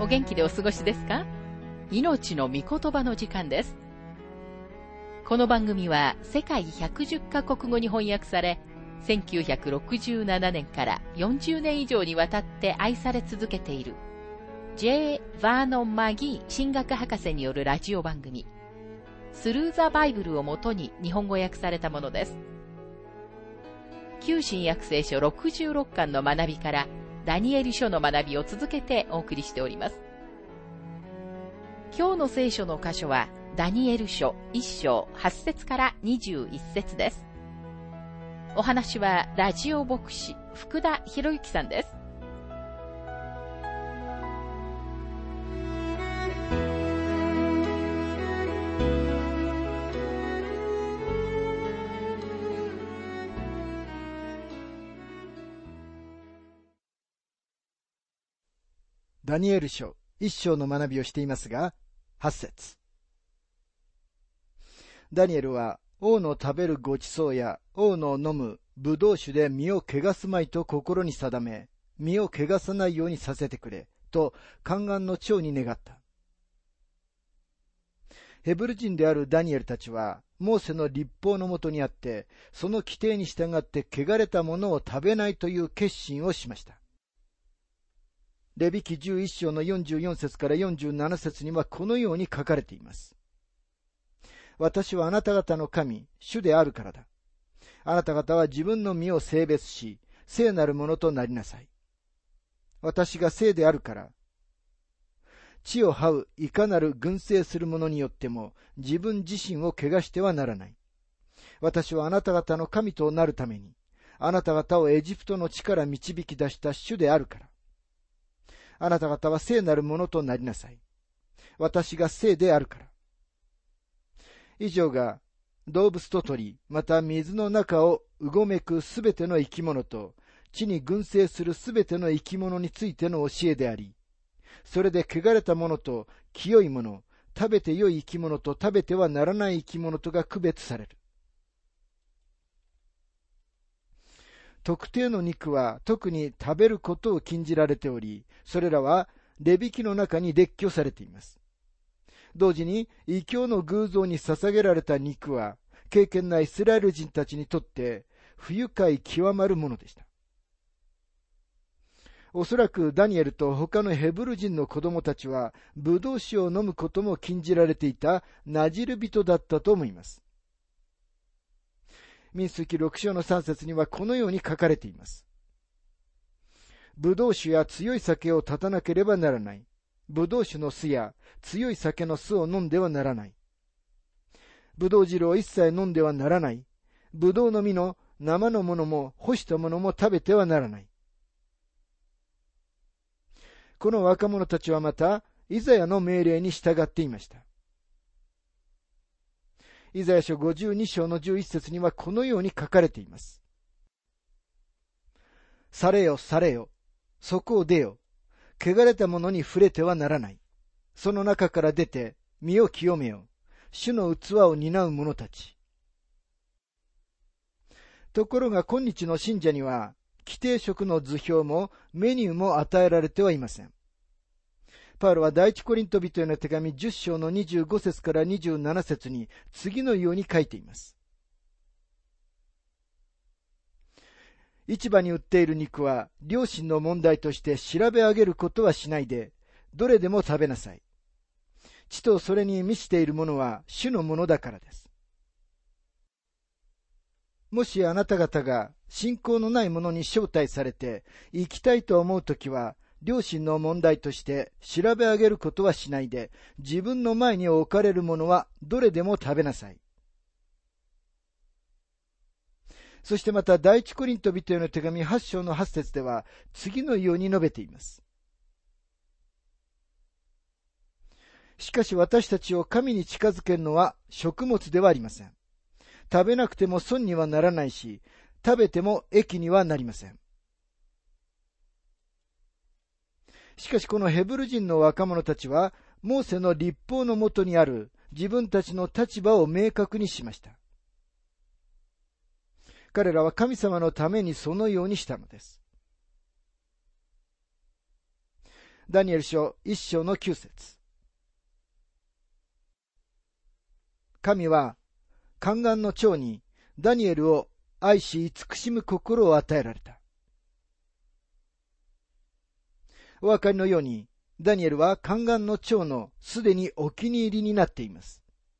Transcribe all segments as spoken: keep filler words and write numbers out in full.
お元気でお過ごしですか？命の御言葉の時間です。この番組は世界ひゃくじゅっカ国語に翻訳され、せんきゅうひゃくろくじゅうななねんからよんじゅうねん以上にわたって愛され続けている J. バーノン・マギー神学博士によるラジオ番組スルー・ザ・バイブルをもとに日本語訳されたものです。旧新約聖書ろくじゅうろっかんの学びからダニエル書の学びを続けてお送りしております。今日の聖書の箇所はダニエル書いっ章はち節からにじゅういち節です。お話はラジオ牧師福田博之さんです。 ダニエル書一章の学びをしていますが、はち節。ダニエルは王の食べるごちそうや王の飲むブドウ酒で身を汚すまいと心に定め、身を汚さないようにさせてくれと宦官の長に願った。ヘブル人であるダニエルたちはモーセの律法のもとにあって、その規定に従って汚れたものを食べないという決心をしました。レビ記じゅういっ章のよんじゅうよん節からよんじゅうなな節にはこのように書かれています。私はあなた方の神、主であるからだ。あなた方は自分の身を聖別し、聖なるものとなりなさい。私が聖であるから、地を這ういかなる群生する者によっても、自分自身を汚してはならない。私はあなた方の神となるために、あなた方をエジプトの地から導き出した主であるから。あなた方は聖なるものとなりなさい。私が聖であるから。以上が動物と鳥、また水の中をうごめくすべての生き物と、地に群生するすべての生き物についての教えであり、それで汚れたものと清いもの、食べて良い生き物と食べてはならない生き物とが区別される。特定の肉は特に食べることを禁じられており、それらはレビ記の中に列挙されています。同時に異教の偶像に捧げられた肉は、敬虔なイスラエル人たちにとって不愉快極まるものでした。おそらくダニエルと他のヘブル人の子供たちは、ブドウ酒を飲むことも禁じられていたナジル人だったと思います。民数記ろく章のさん節にはこのように書かれています。ブドウ酒や強い酒を断たなければならない。ブドウ酒の酢や強い酒の酢を飲んではならない。ブドウ汁を一切飲んではならない。ブドウの実の生のものも干したものも食べてはならない。この若者たちはまた、イザヤの命令に従っていました。イザヤ書ごじゅうに章のじゅういち節にはこのように書かれています。されよ、されよ。そこを出よ。汚れたものに触れてはならない。その中から出て、身を清めよ。主の器を担う者たち。ところが今日の信者には、規定食の図表もメニューも与えられてはいません。パウロは第一コリント人への手紙じゅっ章のにじゅうご節からにじゅうなな節に次のように書いています。市場に売っている肉は良心の問題として調べ上げることはしないで、どれでも食べなさい。地とそれに満ちているものは主のものだからです。もしあなた方が信仰のないものに招待されて行きたいと思うときは、良心の問題として調べ上げることはしないで、自分の前に置かれるものはどれでも食べなさい。そしてまた第一コリント人への手紙はち章のはち節では次のように述べています。しかし私たちを神に近づけるのは食物ではありません。食べなくても損にはならないし、食べても益にはなりません。しかしこのヘブル人の若者たちは、モーセの律法のもとにある自分たちの立場を明確にしました。彼らは神様のためにそのようにしたのです。 ダニエル書一章の九節。神は宦官の長にダニエルを愛し慈しむ心を与えられた。お分かりのように、ダニエルは宦官の長のすでにお気に入りになっています。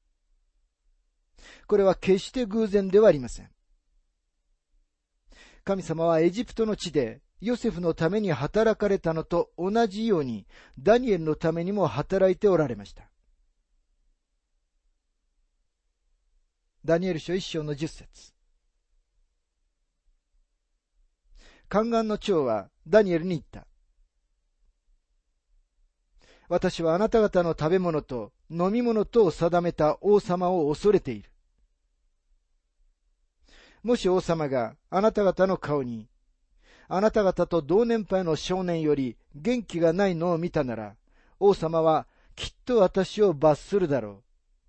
これは決して偶然ではありません。神様はエジプトの地でヨセフのために働かれたのと同じように、ダニエルのためにも働いておられました。ダニエル書一章の十節。宦官の長はダニエルに言った。私はあなた方の食べ物と飲み物とを定めた王様を恐れている。もし王様があなた方の顔に、あなた方と同年配の少年より元気がないのを見たなら、王様はきっと私を罰するだろう。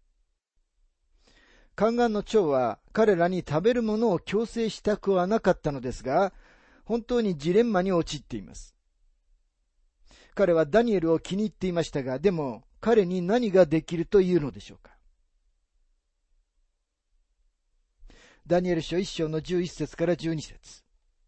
宦官の長は彼らに食べるものを強制したくはなかったのですが、本当にジレンマに陥っています。彼はダニエルを気に入っていましたが、でも彼に何ができるというのでしょうか。ダニエル書一章の十一節から十二節。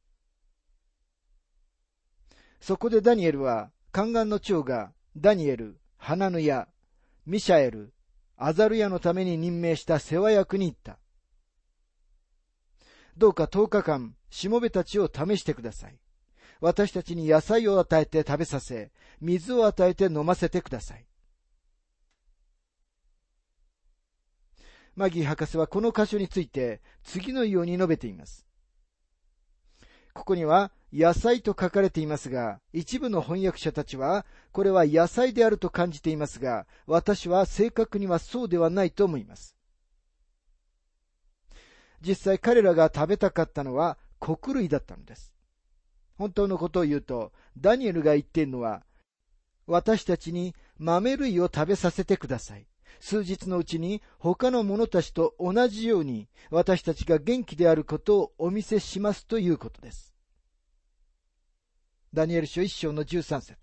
そこでダニエルは、宦官の長がダニエル、ハナヌヤ、ミシャエル、アザルヤのために任命した世話役に言った。どうか十日間、しもべたちを試してください。私たちに野菜を与えて食べさせ、水を与えて飲ませてください。マギー博士はこの箇所について次のように述べています。ここには野菜と書かれていますが、一部の翻訳者たちはこれは野菜であると感じていますが、私は正確にはそうではないと思います。実際彼らが食べたかったのは穀類だったのです。本当のことを言うと、ダニエルが言っているのは、私たちに豆類を食べさせてください。数日のうちに他の者たちと同じように私たちが元気であることをお見せしますということです。ダニエル書一章の十三節。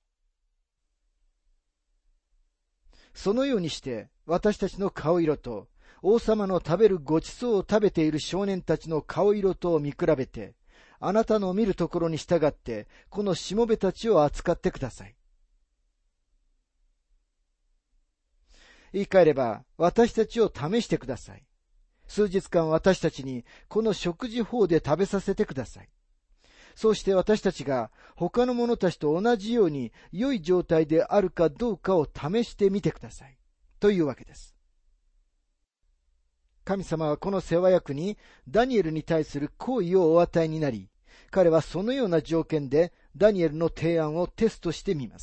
そのようにして私たちの顔色と王様の食べるごちそうを食べている少年たちの顔色とを見比べて、あなたの見るところに従ってこのしもべたちを扱ってください。言い換えれば、私たちを試してください。数日間私たちにこの食事法で食べさせてください。そうして私たちが他の者たちと同じように良い状態であるかどうかを試してみてください。というわけです。神様はこの世話役にダニエルに対する好意をお与えになり、彼はそのような条件でダニエルの提案をテストしてみます。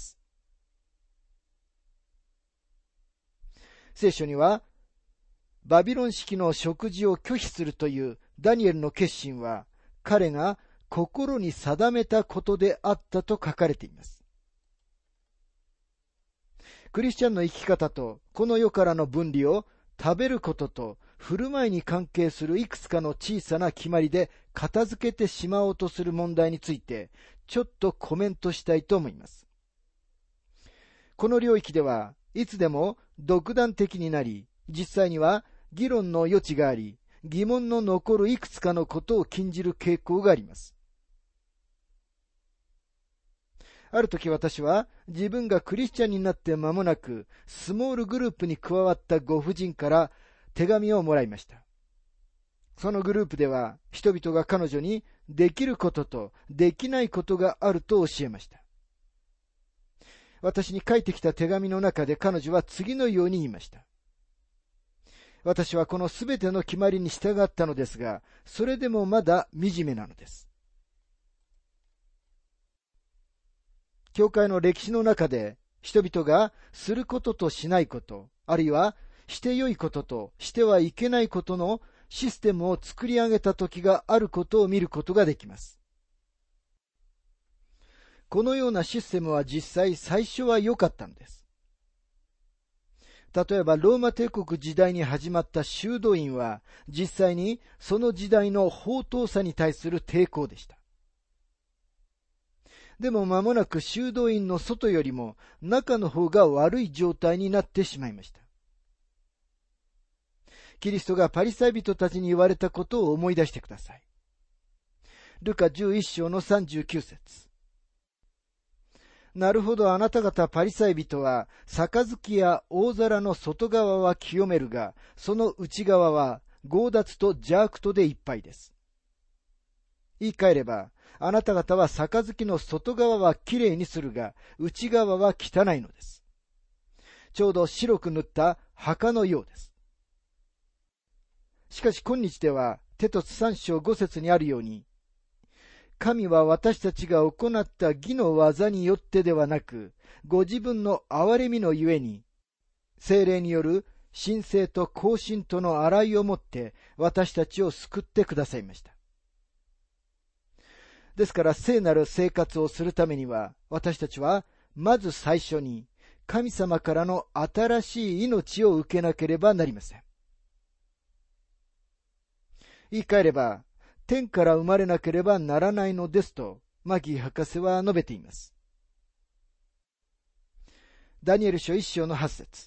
聖書には、バビロン式の食事を拒否するというダニエルの決心は、彼が心に定めたことであったと書かれています。クリスチャンの生き方とこの世からの分離を食べることと振る舞いに関係するいくつかの小さな決まりで片付けてしまおうとする問題について、ちょっとコメントしたいと思います。この領域ではいつでも独断的になり、実際には議論の余地があり、疑問の残るいくつかのことを禁じる傾向があります。ある時私は自分がクリスチャンになって間もなくスモールグループに加わったご婦人から手紙をもらいました。そのグループでは人々が彼女にできることとできないことがあると教えました。私に書いてきた手紙の中で彼女は次のように言いました。私はこのすべての決まりに従ったのですが、それでもまだ惨めなのです。教会の歴史の中で人々がすることとしないこと、あるいはして良いこととしてはいけないことのシステムを作り上げた時があることを見ることができます。このようなシステムは実際最初は良かったのです。例えばローマ帝国時代に始まった修道院は実際にその時代の法統さに対する抵抗でした。 でも間もなく修道院の外よりも中の方が悪い状態になってしまいました。キリストがパリサイ人たちに言われたことを思い出してください。ルカじゅういっ章のさんじゅうきゅう節。なるほど、あなた方パリサイ人は、杯や大皿の外側は清めるが、その内側は強奪と邪悪とでいっぱいです。言い換えれば、あなた方は杯の外側はきれいにするが、内側は汚いのです。ちょうど白く塗った墓のようです。しかし今日では、テトスさん章ご節にあるように、神は私たちが行った義の技によってではなく、ご自分の憐れみのゆえに、聖霊による神聖と行進との洗いをもって私たちを救ってくださいました。ですから聖なる生活をするためには、私たちはまず最初に神様からの新しい命を受けなければなりません。言い換えれば、天から生まれなければならないのですと、マギー博士は述べています。ダニエル書いっ章のはち節。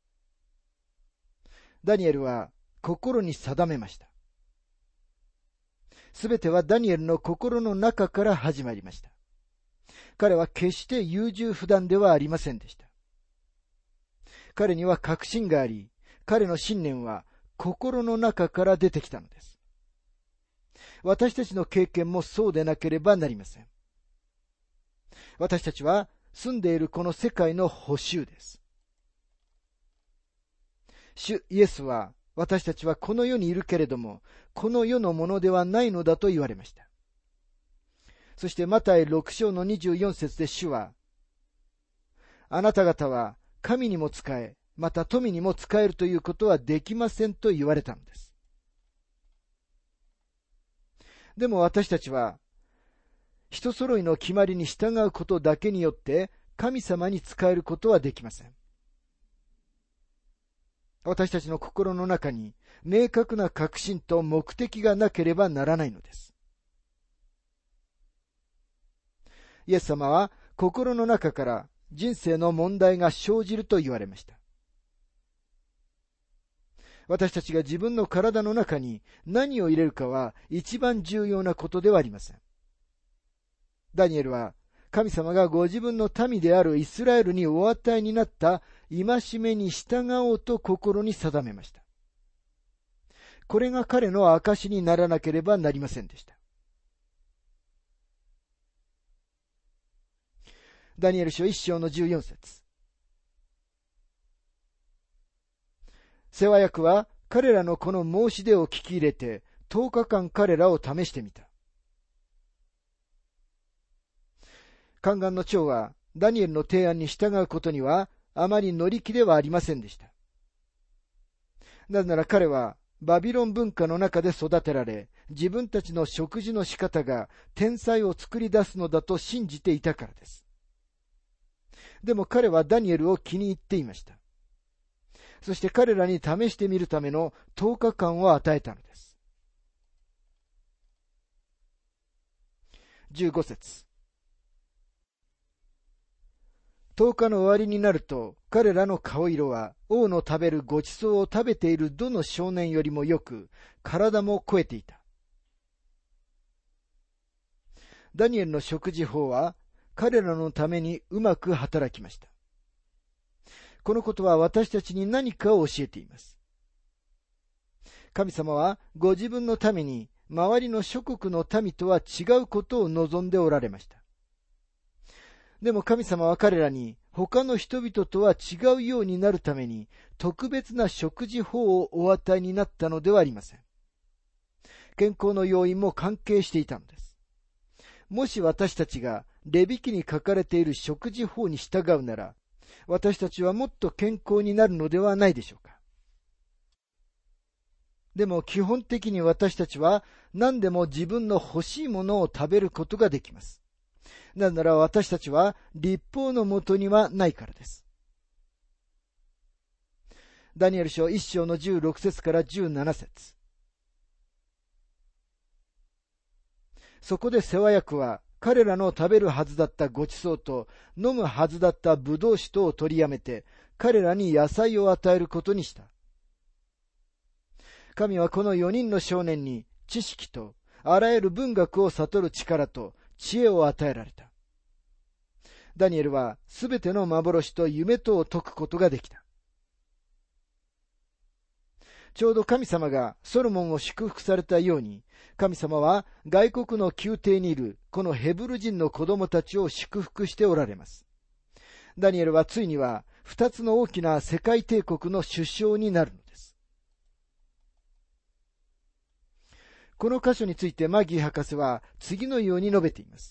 ダニエルは心に定めました。すべてはダニエルの心の中から始まりました。彼は決して優柔不断ではありませんでした。彼には確信があり、彼の信念は心の中から出てきたのです。私たちの経験もそうでなければなりません。私たちは住んでいるこの世界の捕囚です。主イエスは、私たちはこの世にいるけれども、この世のものではないのだと言われました。そしてマタイろく章のにじゅうよん節で主は、あなた方は神にも仕え、また富にも仕えるということはできませんと言われたのです。でも私たちは、人揃いの決まりに従うことだけによって神様に仕えることはできません。私たちの心の中に明確な確信と目的がなければならないのです。イエス様は心の中から人生の問題が生じると言われました。私たちが自分の体の中に何を入れるかは一番重要なことではありません。ダニエルは神様がご自分の民であるイスラエルにお与えになった戒めに従おうと心に定めました。これが彼の証にならなければなりませんでした。ダニエル書いっ章のじゅうよん節。世話役は彼らのこの申し出を聞き入れて、とおかかん彼らを試してみた。宦官の長はダニエルの提案に従うことにはあまり乗り気ではありませんでした。なぜなら彼はバビロン文化の中で育てられ、自分たちの食事の仕方が天才を作り出すのだと信じていたからです。でも彼はダニエルを気に入っていました。そして彼らに試してみるためのとおかかんを与えたのです。じゅうご節。とおかの終わりになると、彼らの顔色は王の食べるごちそうを食べているどの少年よりもよく、体も肥えていた。ダニエルの食事法は彼らのためにうまく働きました。このことは私たちに何かを教えています。神様はご自分のために周りの諸国の民とは違うことを望んでおられました。でも神様は彼らに他の人々とは違うようになるために特別な食事法をお与えになったのではありません。健康の要因も関係していたのです。もし私たちがレビ記に書かれている食事法に従うなら、私たちはもっと健康になるのではないでしょうか。でも基本的に私たちは何でも自分の欲しいものを食べることができます。なぜなら私たちは律法のもとにはないからです。ダニエル書いっ章のじゅうろく節からじゅうなな節。そこで世話役は彼らの食べるはずだったごちそうと飲むはずだったブドウ酒とを取りやめて、彼らに野菜を与えることにした。神はこのよにんの少年に知識とあらゆる文学を悟る力と知恵を与えられた。ダニエルはすべての幻と夢とを解くことができた。ちょうど神様がソロモンを祝福されたように、神様は外国の宮廷にいるこのヘブル人の子供たちを祝福しておられます。ダニエルはついには二つの大きな世界帝国の首相になるのです。この箇所についてマギー博士は次のように述べています。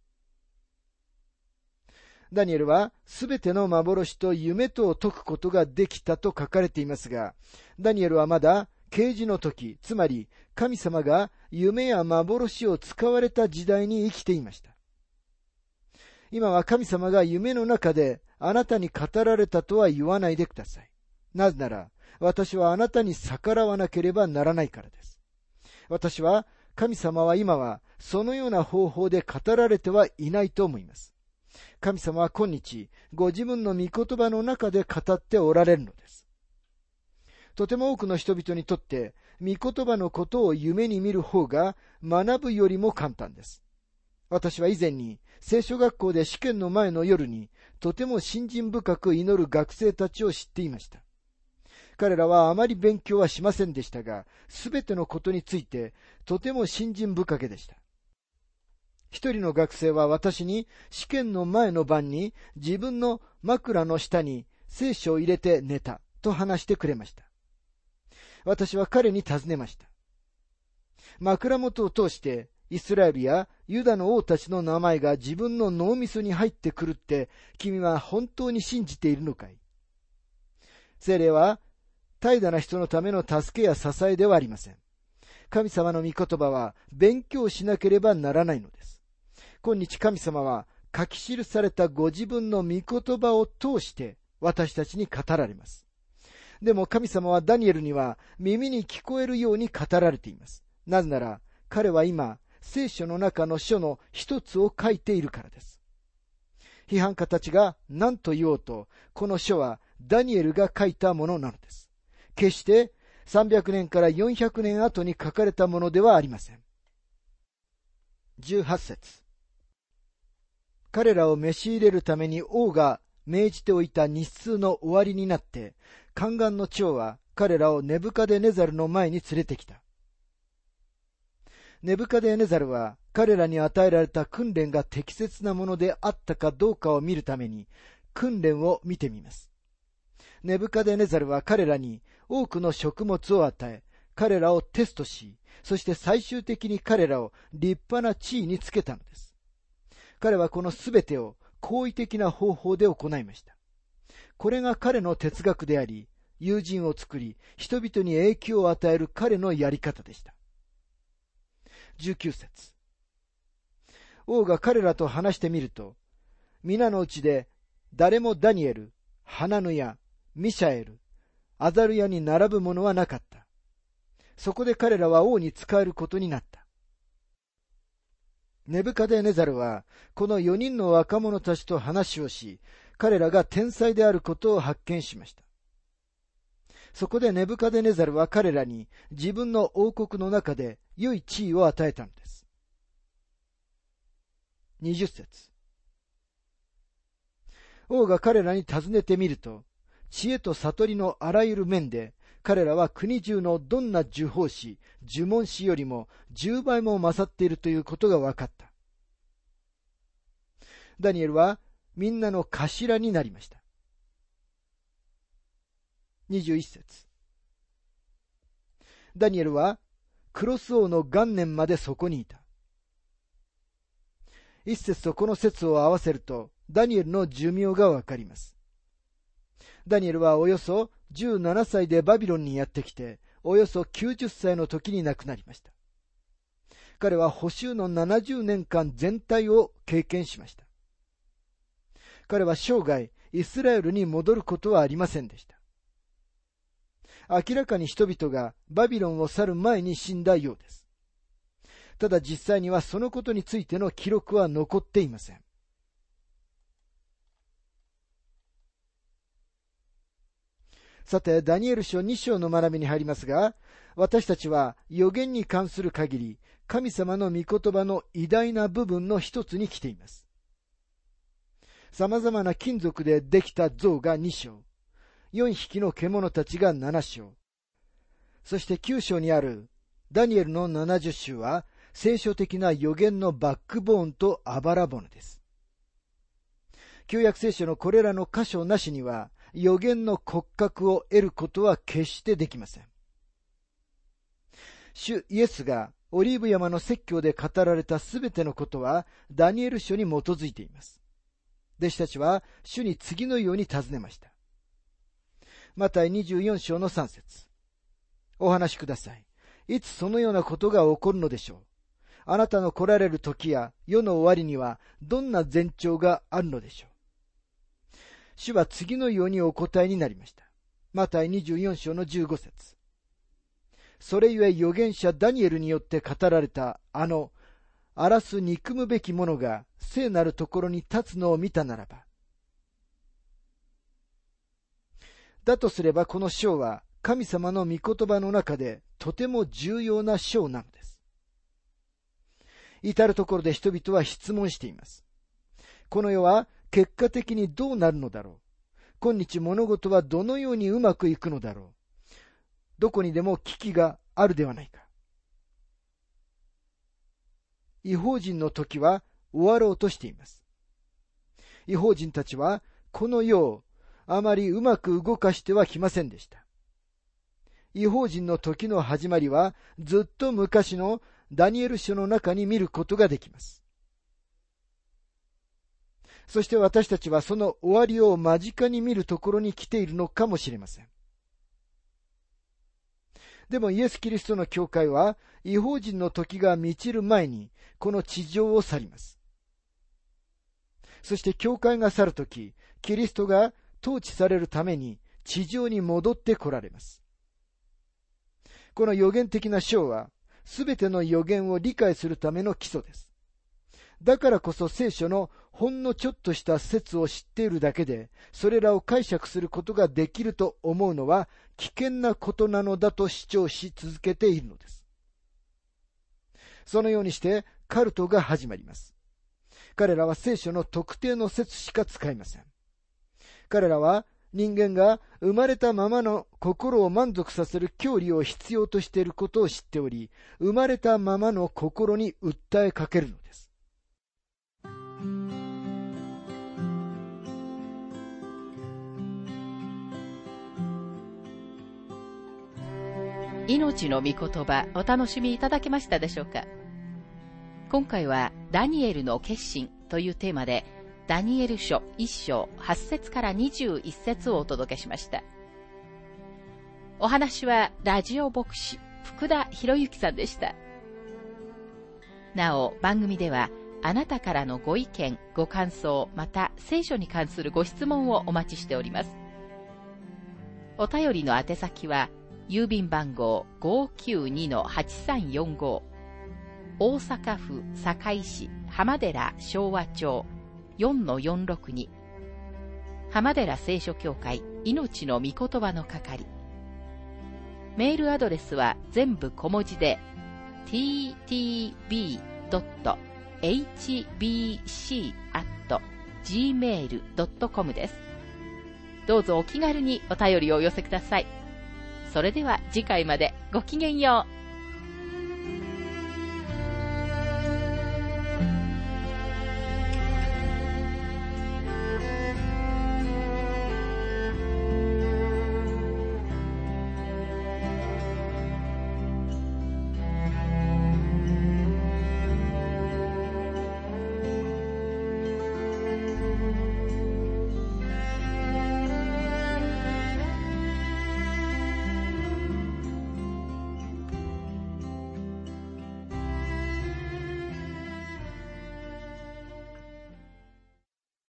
ダニエルはすべての幻と夢とを解くことができたと書かれていますが、ダニエルはまだ啓示の時、つまり神様が夢や幻を使われた時代に生きていました。今は神様が夢の中であなたに語られたとは言わないでください。なぜなら、私はあなたに逆らわなければならないからです。私は、神様は今はそのような方法で語られてはいないと思います。神様は今日、ご自分の御言葉の中で語っておられるのです。とても多くの人々にとって、御言葉のことを夢に見る方が学ぶよりも簡単です。私は以前に聖書学校で試験の前の夜に、とても信心深く祈る学生たちを知っていました。彼らはあまり勉強はしませんでしたが、すべてのことについてとても信心深けでした。一人の学生は私に試験の前の晩に自分の枕の下に聖書を入れて寝たと話してくれました。私は彼に尋ねました。枕元を通してイスラエルやユダの王たちの名前が自分の脳みそに入ってくるって君は本当に信じているのかい？聖霊は怠惰な人のための助けや支えではありません。神様の御言葉は勉強しなければならないのです。今日神様は書き記されたご自分の御言葉を通して私たちに語られます。でも神様はダニエルには耳に聞こえるように語られています。なぜなら彼は今聖書の中の書の一つを書いているからです。批判家たちが何と言おうと、この書はダニエルが書いたものなのです。決してさんびゃくねんからよんひゃくねん後に書かれたものではありません。じゅうはち節。彼らを召し入れるために王が命じておいた日数の終わりになって、宦官の長は彼らをネブカデネザルの前に連れてきた。ネブカデネザルは彼らに与えられた訓練が適切なものであったかどうかを見るために訓練を見てみます。ネブカデネザルは彼らに多くの食物を与え、彼らをテストし、そして最終的に彼らを立派な地位につけたのです。彼はこのすべてを好意的な方法で行いました。これが彼の哲学であり、友人を作り、人々に影響を与える彼のやり方でした。じゅうきゅう節。王が彼らと話してみると、皆のうちで誰もダニエル、ハナヌヤ、ミシャエル、アザルヤに並ぶ者はなかった。そこで彼らは王に仕えることになった。ネブカデネザルはこのよにんの若者たちと話をし、彼らが天才であることを発見しました。そこでネブカデネザルは彼らに自分の王国の中で良い地位を与えたのです。にじゅう節。王が彼らに尋ねてみると、知恵と悟りのあらゆる面で彼らは国中のどんな呪法師、呪文師よりも十倍も勝っているということが分かった。ダニエルはみんなの頭になりました。にじゅういち節。ダニエルはクロス王の元年までそこにいた。一節とこの節を合わせるとダニエルの寿命がわかります。ダニエルはおよそじゅうななさいでバビロンにやってきて、およそきゅうじゅっさいの時に亡くなりました。彼は捕囚のななじゅうねんかん全体を経験しました。彼は生涯イスラエルに戻ることはありませんでした。明らかに人々がバビロンを去る前に死んだようです。 ただ実際にはそのことについての記録は残っていません。さて、ダニエル書に章の学びに入りますが、私たちは預言に関する限り、神様の御言葉の偉大な部分の一つに来ています。様々な金属でできた像がに章、よん匹の獣たちがなな章、そしてきゅう章にあるダニエルのななじゅう章は、聖書的な預言のバックボーンとあばら骨です。旧約聖書のこれらの箇所なしには、預言の骨格を得ることは決してできません。主イエスがオリーブ山の説教で語られたすべてのことはダニエル書に基づいています。弟子たちは主に次のように尋ねました。マタイにじゅうよん章のさん節。お話しください。いつそのようなことが起こるのでしょう。あなたの来られる時や世の終わりにはどんな前兆があるのでしょう。主は次のようにお答えになりました。マタイにじゅうよん章のじゅうご節。それゆえ預言者ダニエルによって語られたあの荒らす憎むべき者が聖なるところに立つのを見たならば。だとすればこの章は神様の御言葉の中でとても重要な章なのです。至るところで人々は質問しています。この世は結果的にどうなるのだろう。今日物事はどのようにうまくいくのだろう。どこにでも危機があるではないか。異邦人の時は終わろうとしています。異邦人たちはこの世をあまりうまく動かしてはきませんでした。異邦人の時の始まりはずっと昔のダニエル書の中に見ることができます。そして私たちはその終わりを間近に見るところに来ているのかもしれません。でもイエス・キリストの教会は異邦人の時が満ちる前にこの地上を去ります。そして教会が去るとき、キリストが統治されるために地上に戻って来られます。この預言的な章はすべての預言を理解するための基礎です。だからこそ聖書のほんのちょっとした説を知っているだけで、それらを解釈することができると思うのは危険なことなのだと主張し続けているのです。そのようにしてカルトが始まります。彼らは聖書の特定の説しか使いません。彼らは人間が生まれたままの心を満足させる教理を必要としていることを知っており、生まれたままの心に訴えかけるのです。 命の御言葉、お楽しみいただけましたでしょうか。今回はダニエルの決心というテーマで、ダニエル書いっ章はち節からにじゅういち節をお届けしました。お話はラジオ牧師福田博之さんでした。なお番組ではあなたからのご意見ご感想、また聖書に関するご質問をお待ちしております。お便りの宛先は郵便番号 ごーきゅうにのはちさんよんご、大阪府堺市浜寺昭和町 よんのよんろくに、浜寺聖書協会命の御言葉の係。メールアドレスは全部小文字で ティーティービードットエイチビーシーアットジーメールドットコム です。どうぞお気軽にお便りをお寄せください。それでは次回までごきげんよう。